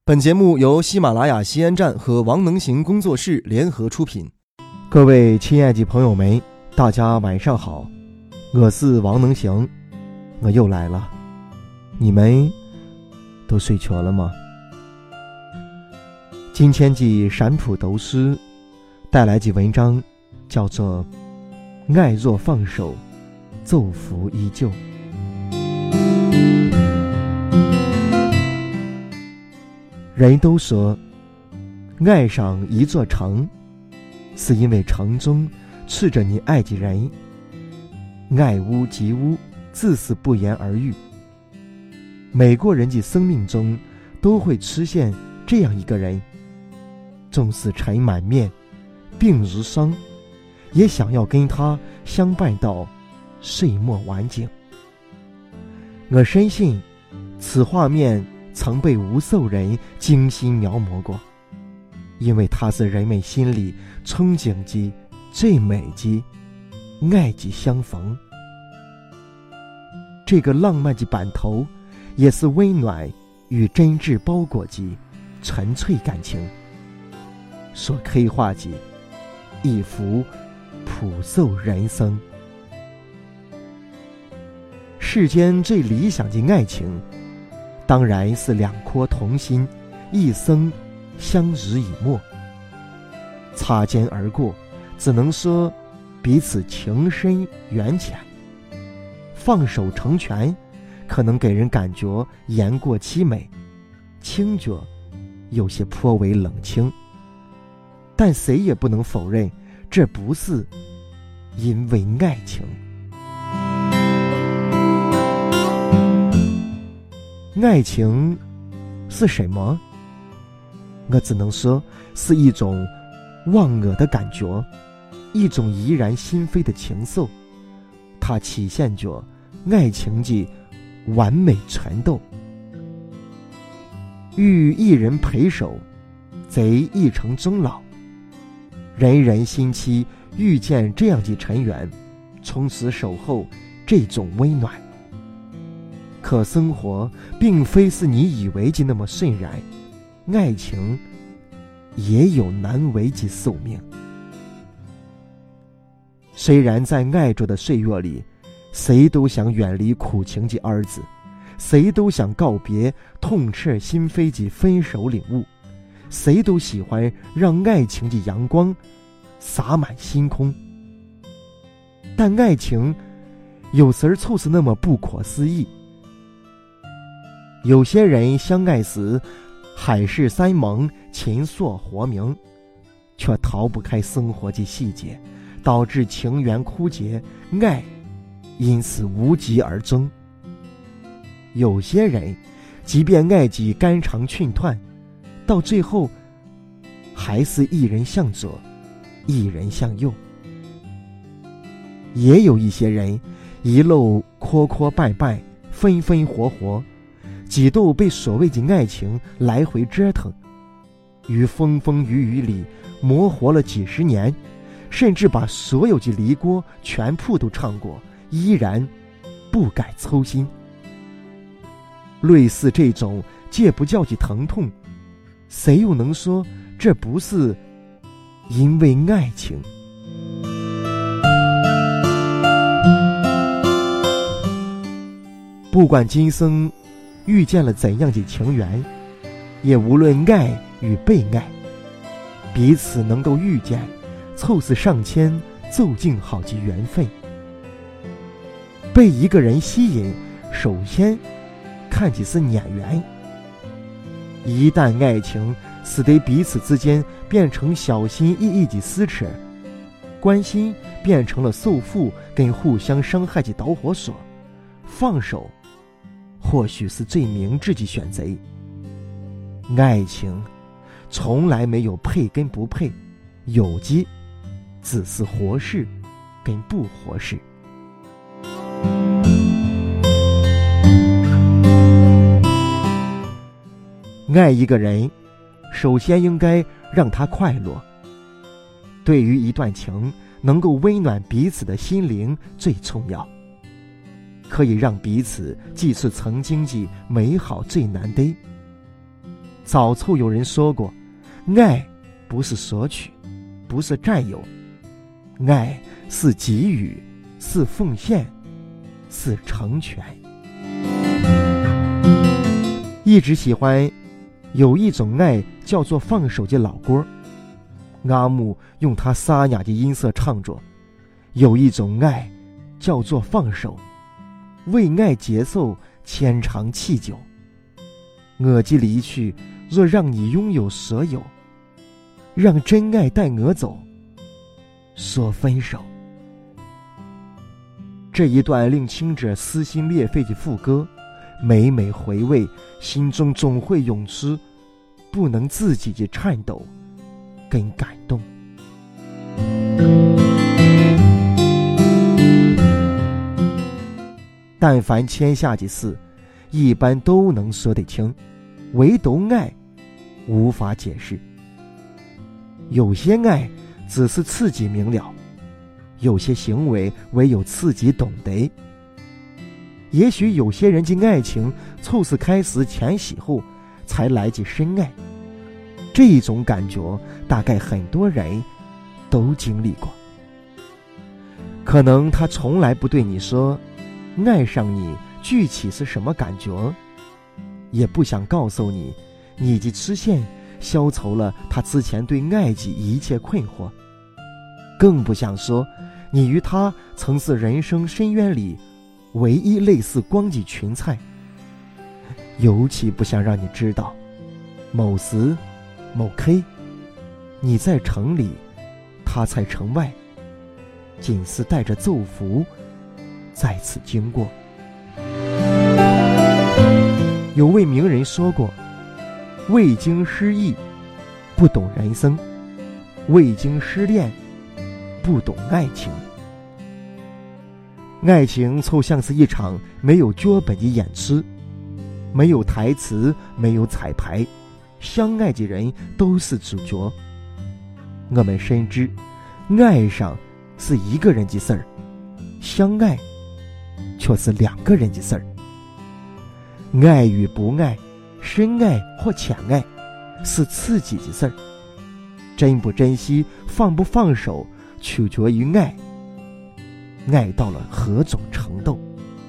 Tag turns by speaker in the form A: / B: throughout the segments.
A: 本节目由喜马拉雅西安站和王能行工作室联合出品。
B: 各位亲爱的朋友们，大家晚上好，我是王能行，我又来了。你们都睡着了吗？今天的陕普读书带来的文章叫做《爱若放手，奏福依旧》。人都说，爱上一座城，是因为城中住着你爱的人。爱屋及乌，自是不言而喻。每个人的生命中都会出现这样一个人，纵使尘满面，鬓如霜，也想要跟他相伴到岁末晚景。我深信此画面曾被无数人精心描摹过，因为它是人们心里憧憬的最美的爱的相逢。这个浪漫的版头，也是温暖与真挚包裹的纯粹感情所刻画的一幅朴素人生。世间最理想的爱情，当然是两颗同心，一生相濡以沫。擦肩而过，只能说彼此情深缘浅。放手成全，可能给人感觉言过凄美，听着有些颇为冷清。但谁也不能否认，这不是因为爱情。爱情是什么？我只能说是一种忘我的感觉，一种怡然心扉的情愫。它体现着爱情的完美全斗。欲一人陪守，贼一城终老。人人心期遇见这样的尘缘，从此守候这种温暖。可生活并非是你以为的那么顺然，爱情也有难为的宿命。虽然在爱着的岁月里，谁都想远离苦情的儿子，谁都想告别痛彻心扉的分手领悟，谁都喜欢让爱情的阳光洒满星空。但爱情有时就是那么不可思议。有些人相爱时海誓山盟，琴瑟和鸣，却逃不开生活的细节，导致情缘枯竭，爱因此无疾而终。有些人即便爱己肝肠寸断，到最后还是一人向左，一人向右。也有一些人一路磕磕绊绊，分分合合，几度被所谓的爱情来回折腾，于风风雨雨里磨活了几十年，甚至把所有的离歌全部都唱过，依然不改抽心。类似这种戒不掉的疼痛，谁又能说这不是因为爱情？不管今生遇见了怎样的情缘，也无论爱与被爱，彼此能够遇见，凑似上千奏尽好的缘分。被一个人吸引，首先看起是眼缘。一旦爱情使得彼此之间变成小心翼翼的撕扯，关心变成了束缚跟互相伤害的导火索，放手或许是最明智的选择。爱情从来没有配跟不配，有的只是合适跟不合适。爱一个人，首先应该让他快乐。对于一段情，能够温暖彼此的心灵最重要。可以让彼此记住曾经的美好最难得。 早凑有人说过，爱不是索取，不是占有，爱是给予，是奉献，是成全。一直喜欢有一种爱叫做放手的老歌，阿木用他沙哑的音色唱着，有一种爱叫做放手，为爱接受牵肠气久。我的离去若让你拥有所有，让真爱带我走，说分手。这一段令听者撕心裂肺的副歌，每每回味，心中总会涌出不能自己的颤抖跟感动。但凡天下的事，一般都能说得清，唯独爱无法解释。有些爱只是自己明了，有些行为唯有自己懂得。也许有些人的爱情凑是开始前喜后才来的深爱，这种感觉大概很多人都经历过。可能他从来不对你说爱上你具体是什么感觉，也不想告诉你你的出现消除了他之前对爱的一切困惑，更不想说你与他曾是人生深渊里唯一类似光的群菜，尤其不想让你知道某时某 K 你在城里，他在城外，仅是带着奏服再次经过。有位名人说过，未经失意不懂人生，未经失恋不懂爱情。爱情就像是一场没有脚本的演出，没有台词，没有彩排，相爱的人都是主角。我们深知爱上是一个人的事儿，相爱却是两个人的事儿。爱与不爱，深爱或浅爱，是自己的事儿。珍不珍惜，放不放手，取决于爱。爱到了何种程度？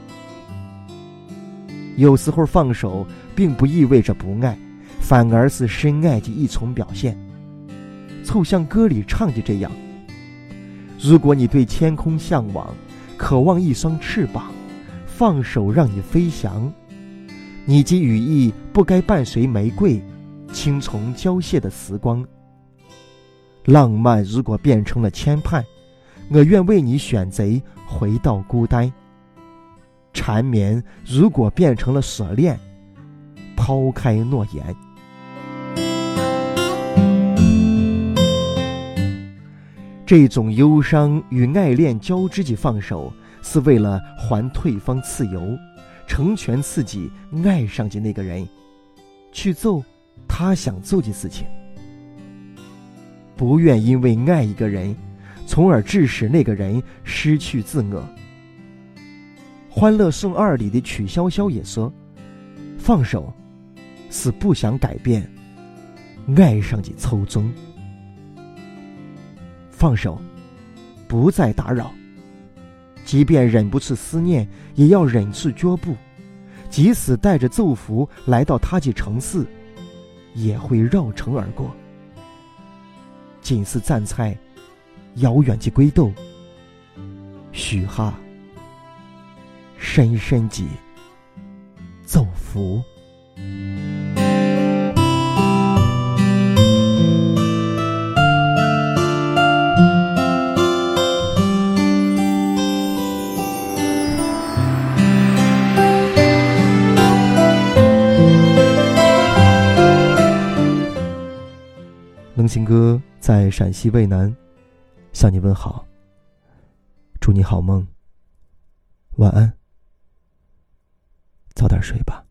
B: 有时候放手并不意味着不爱，反而是深爱的一种表现。就像歌里唱的这样，如果你对天空向往，渴望一双翅膀，放手让你飞翔，你的羽翼不该伴随玫瑰青虫凋谢的时光。浪漫如果变成了牵绊，我愿为你选择回到孤单。缠绵如果变成了锁链，抛开诺言。这种忧伤与爱恋交织的放手，是为了还对方自由，成全自己爱上的那个人，去做他想做的事情。不愿因为爱一个人，从而致使那个人失去自我。欢乐颂2里的曲筱绡也说，放手是不想改变爱上的初衷。放手，不再打扰，即便忍不住思念，也要忍住脚步，即使带着奏服来到他的城市，也会绕城而过。仅是站在遥远的归斗，许下深深的奏服。能行哥在陕西渭南向你问好，祝你好梦，晚安，早点睡吧。